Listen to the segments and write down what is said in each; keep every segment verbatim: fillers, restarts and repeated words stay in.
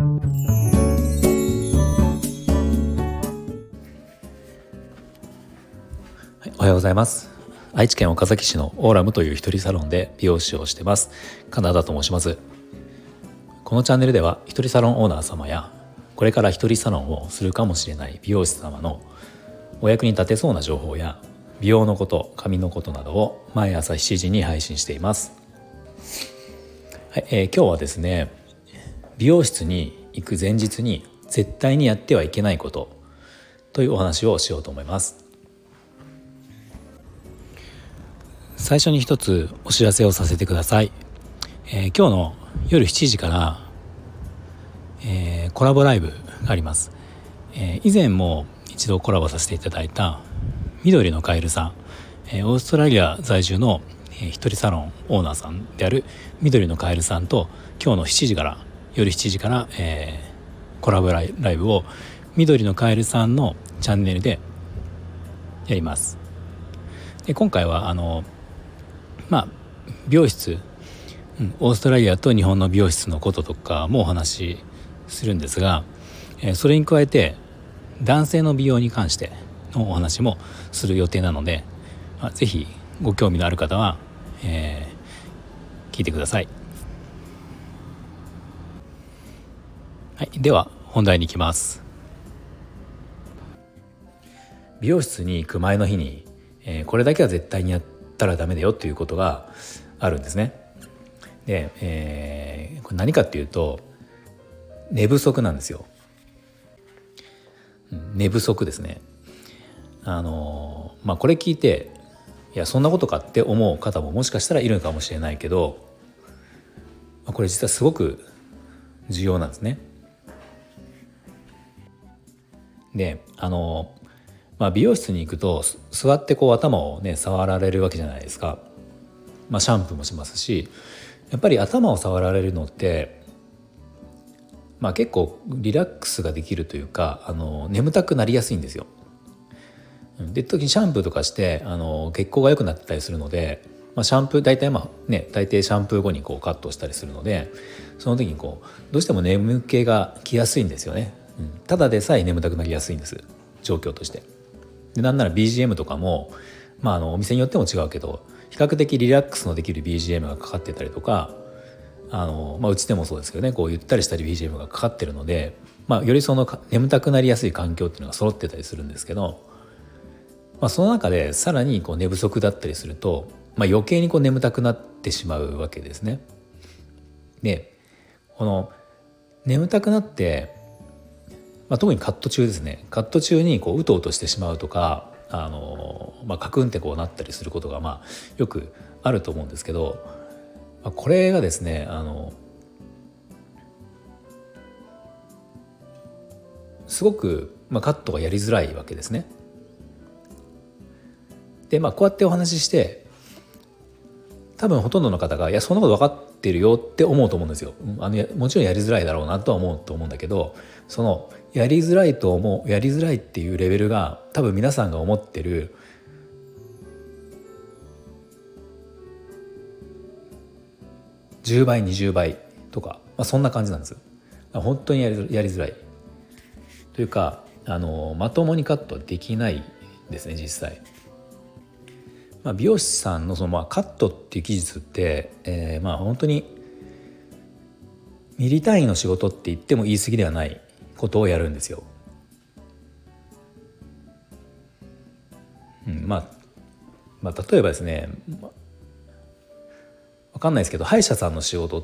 おはようございます。愛知県岡崎市のオーラムという一人サロンで美容師をしてます金田と申します。このチャンネルでは一人サロンオーナー様やこれから一人サロンをするかもしれない美容師様のお役に立てそうな情報や美容のこと、髪のことなどを毎朝しちじに配信しています。はい、えー、今日はですね、美容室に行く前日に絶対にやってはいけないことというお話をしようと思います。最初に一つお知らせをさせてください。えー、今日の夜しちじから、えー、コラボライブがあります。えー、以前も一度コラボさせていただいた緑のカエルさん、えー、オーストラリア在住の、えー、一人サロンオーナーさんである緑のカエルさんと今日のしちじから夜しちじから、えー、コラボライブを緑のカエルさんのチャンネルでやります。で今回はあのまあ美容室、うん、オーストラリアと日本の美容室のこととかもお話しするんですが、えー、それに加えて男性の美容に関してのお話もする予定なので、まあ、ぜひご興味のある方は、えー、聞いてください。はい、では本題に行きます。美容室に行く前の日に、えー、これだけは絶対にやったらダメだよということがあるんですね。で、えー、これ何かっていうと寝不足なんですよ。寝不足ですね。あのまあこれ聞いていやそんなことかって思う方ももしかしたらいるかもしれないけど、これ実はすごく重要なんですね。であのまあ、美容室に行くと座ってこう頭をね触られるわけじゃないですか。まあ、シャンプーもしますし、やっぱり頭を触られるのって、まあ、結構リラックスができるというか、あの眠たくなりやすいんですよ。で時にシャンプーとかしてあの血行が良くなったりするので、まあ、シャンプー大体まあね大抵シャンプー後にこうカットしたりするので、その時にこうどうしても眠気がきやすいんですよね。うん、ただでさえ眠たくなりやすいんです、状況として。でなんなら ビージーエム とかも、まあ、あのお店によっても違うけど比較的リラックスのできる ビージーエム がかかってたりとか、あの、まあ、うちでもそうですけどね、こうゆったりした ビージーエム がかかってるので、まあ、よりその眠たくなりやすい環境っていうのが揃ってたりするんですけど、まあ、その中でさらにこう寝不足だったりすると、まあ、余計にこう眠たくなってしまうわけですね。でこの眠たくなってまあ、特にカット中ですね。カット中にこううとうとしてしまうとか、あの、まあ、カクンってこうなったりすることがまあよくあると思うんですけど、まあ、これがですね、あのすごく、まあ、カットがやりづらいわけですね。で、まあ、こうやってお話しして多分ほとんどの方がいやそんなこと分かってるよって思うと思うんですよ。あのもちろんやりづらいだろうなとは思うと思うんだけど、そのやりづらいと思うやりづらいっていうレベルが多分皆さんが思ってるじゅうばいにじゅうばいとか、まあ、そんな感じなんです。本当にやり、やりづらいというか、あのまともにカットできないですね実際。まあ、美容師さんのそのまあカットっていう技術って、えー、まあ本当にミリ単位の仕事って言っても言い過ぎではないことをやるんですよ。うんまあ、まあ例えばですね、まあ、分かんないですけど歯医者さんの仕事って、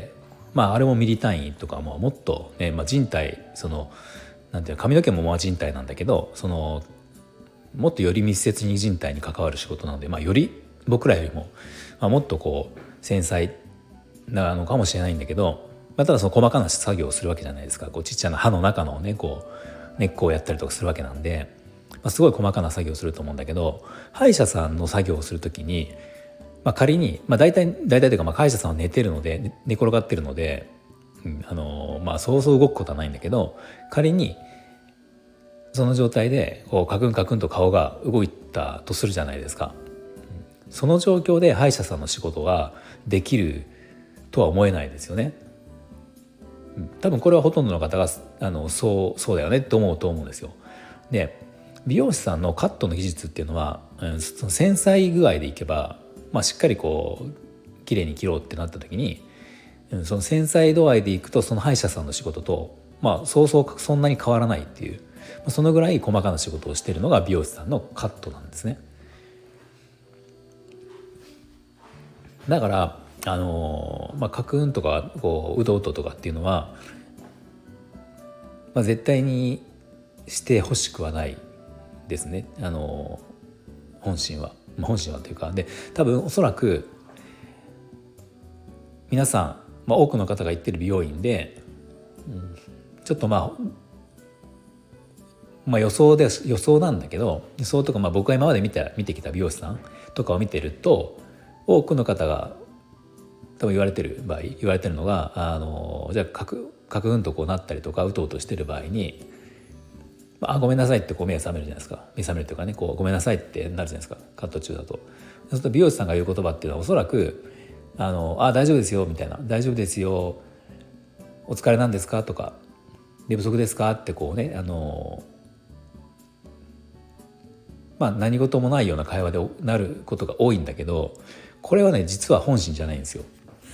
まあ、あれもミリ単位とかももっと、ねまあ、人体そのなんていうの髪の毛もまあ人体なんだけど、そのもっとより密接に人体に関わる仕事なので、まあ、より僕らよりも、まあ、もっとこう繊細なのかもしれないんだけど、まあ、ただその細かな作業をするわけじゃないですか。こうちっちゃな歯の中のねこう根っこをやったりとかするわけなんで、まあ、すごい細かな作業をすると思うんだけど、歯医者さんの作業をするときに、まあ、仮に、まあ、大体大体というか、まあ、歯医者さんは寝てるので、ね、寝転がってるので、うん、あのまあそうそう動くことはないんだけど、仮にその状態でこうカクンカクンと顔が動いたとするじゃないですか。その状況で歯医者さんの仕事ができるとは思えないですよね。 多分これはほとんどの方があのそうそうだよねと思うと思うんですよ。で美容師さんのカットの技術っていうのは、うん、その繊細具合でいけば、まあ、しっかりこう綺麗に切ろうってなった時に、うん、その繊細度合いでいくとその歯医者さんの仕事と、まあ、そうそうそんなに変わらないっていう、そのぐらい細かな仕事をしているのが美容師さんのカットなんですね。だからあのまあカクンとかこううとうととかっていうのは、まあ、絶対にしてほしくはないですね。あの本心は、まあ、本心はというかで、多分おそらく皆さん、まあ、多くの方が行ってる美容院で、うん、ちょっとまあまあ予想で予想なんだけど、予想とかまあ僕が今まで見て見てきた美容師さんとかを見てると、多くの方が多分言われてる場合言われてるのが、あのじゃあカクカクンとこうなったりとかうとうとしてる場合に、あごめんなさいってこう目が覚めるじゃないですか。目覚めるというかね、こうごめんなさいってなるじゃないですか、カット中だと。そうすると美容師さんが言う言葉っていうのはおそらくあのあ大丈夫ですよみたいな、大丈夫ですよ、お疲れなんですかとか、寝不足ですかってこうね、あのまあ何事もないような会話でなることが多いんだけど、これはね実は本心じゃないんですよ。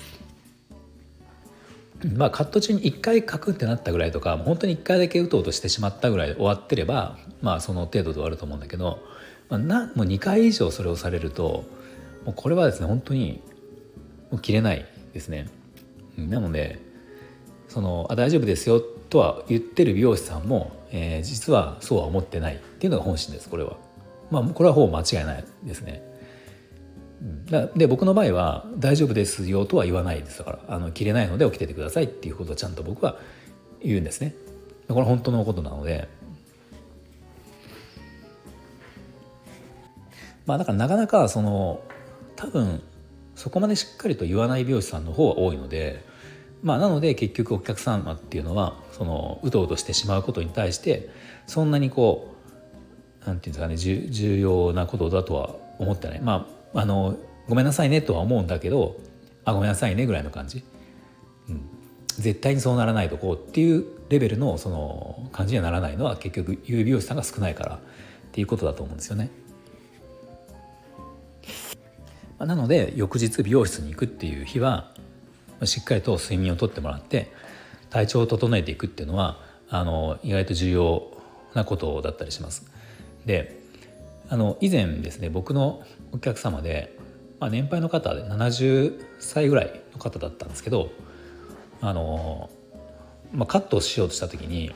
まあカット中にいっかいカクってなったぐらいとか、もう本当にいっかいだけうとうとしてしまったぐらいで終わってれば、まあその程度で終わると思うんだけど、まあ、なもうにかい以上それをされると、もうこれはですね本当にもう切れないですね。なのでそのあ大丈夫ですよとは言ってる美容師さんも、えー、実はそうは思ってないっていうのが本心です。これはまあこれはほぼ間違いないですね。で僕の場合は大丈夫ですよとは言わないです。だからあの切れないので起きててくださいっていうことをちゃんと僕は言うんですね。これ本当のことなので、まあだからなかなかその多分そこまでしっかりと言わない美容師さんの方が多いので、まあなので結局お客様っていうのはそのうとうとしてしまうことに対してそんなにこうなんていうんですかね、重要なことだとは思ってない。まああのごめんなさいねとは思うんだけど、あごめんなさいねぐらいの感じ、うん、絶対にそうならないとこうっていうレベルのその感じにはならないのは結局言う美容師さんが少ないからっていうことだと思うんですよね。なので翌日美容室に行くっていう日はしっかりと睡眠をとってもらって体調を整えていくっていうのはあの意外と重要なことだったりします。であの以前ですね、僕のお客様で、まあ、年配の方でななじゅっさいぐらいの方だったんですけど、あの、まあ、カットをしようとした時に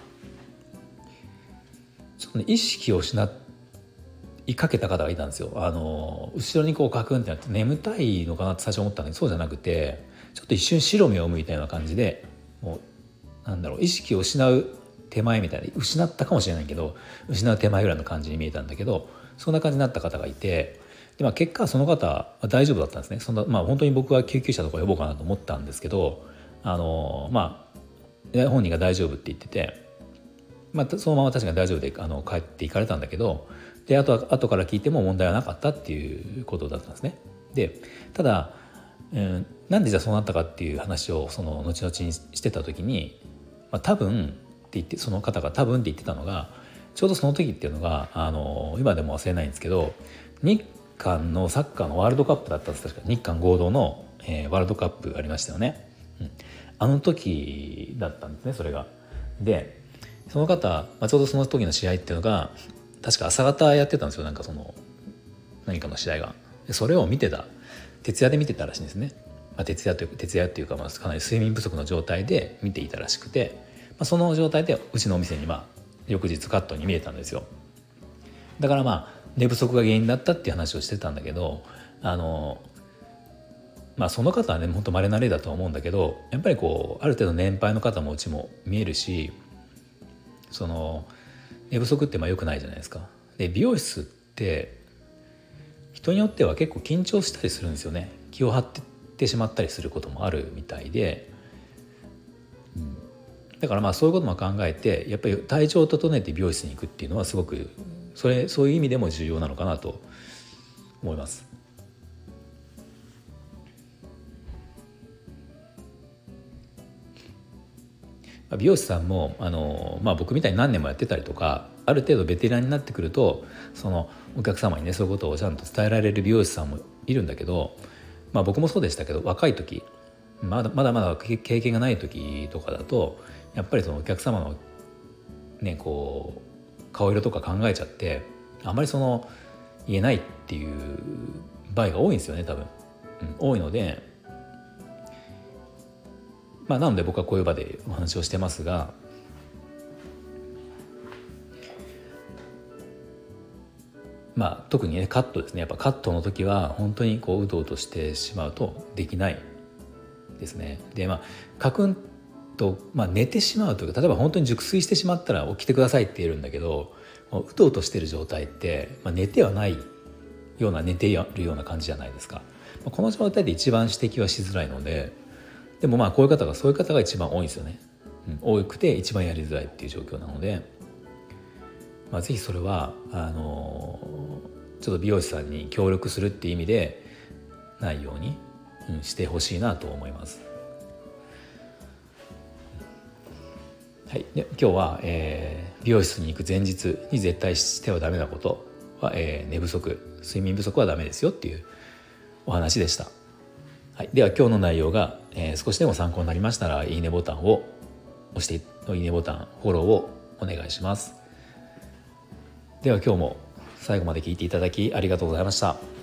ちょっと、ね、意識を失いかけた方がいたんですよ。あの後ろにこうカクンってなって眠たいのかなって最初思ったんだけど、そうじゃなくてちょっと一瞬白目を向いたような感じで、もうなんだろう、意識を失う手前みたいな、失ったかもしれないけど失う手前ぐらいの感じに見えたんだけど、そんな感じになった方がいて、で、まあ、結果その方は大丈夫だったんですね。そんな、まあ、本当に僕は救急車とか呼ぼうかなと思ったんですけど、あのまあ本人が大丈夫って言ってて、まあ、そのまま確かに大丈夫であの帰っていかれたんだけど、であと後から聞いても問題はなかったっていうことだったんですね。でただ、うん、なんでじゃあそうなったかっていう話をその後々にしてた時に、まあ、多分って言ってその方が多分って言ってたのが、ちょうどその時っていうのがあの今でも忘れないんですけど、日韓のサッカーのワールドカップだったんです。確か日韓合同の、えー、ワールドカップがありましたよね、うん、あの時だったんですね、それが。でその方、まあ、ちょうどその時の試合っていうのが確か朝方やってたんですよ。なんかその何かの試合が、でそれを見てた、徹夜で見てたらしいんですね。まあ、徹夜という徹夜っていうか、まあ、かなり睡眠不足の状態で見ていたらしくて、まあ、その状態でうちのお店にまあ翌日カットに見えたんですよ。だからまあ寝不足が原因だったっていう話をしてたんだけど、あのまあその方はね本当稀な例だとは思うんだけど、やっぱりこうある程度年配の方もうちも見えるし、その寝不足ってまあ良くないじゃないですか。で美容室って人によっては結構緊張したりするんですよね。気を張ってしまったりすることもあるみたいで、うん、だからまあそういうことも考えてやっぱり体調を整えて美容室に行くっていうのはすごくそれそういう意味でも重要なのかなと思います。 美容師さんもあの、まあ、僕みたいに何年もやってたりとかある程度ベテランになってくるとそのお客様にねそういうことをちゃんと伝えられる美容師さんもいるんだけど、まあ、僕もそうでしたけど若い時まだまだまだ経験がない時とかだとやっぱりそのお客様のねこう顔色とか考えちゃってあまりその言えないっていう場合が多いんですよね多分、うん、多いので、まあ、なので僕はこういう場でお話をしてますが、まあ、特にねカットですねやっぱカットの時は本当にこううとうとしてしまうとできないですね。でまあカクンと、まあ、寝てしまうというか例えば本当に熟睡してしまったら起きてくださいって言えるんだけどうとうとしてる状態って、まあ、寝てはないような寝ているような感じじゃないですか。まあ、この状態で一番指摘はしづらいのででもまあこういう方がそういう方が一番多いんですよね、うん、多くて一番やりづらいっていう状況なので、まあ、ぜひそれはあのちょっと美容師さんに協力するっていう意味でないように、うん、してほしいなと思います。はい、で今日は、えー、美容室に行く前日に絶対してはダメなことは、えー、寝不足睡眠不足はダメですよっていうお話でした。はい、では今日の内容が、えー、少しでも参考になりましたらいいねボタンを押していいねボタンフォローをお願いします。では今日も最後まで聞いていただきありがとうございました。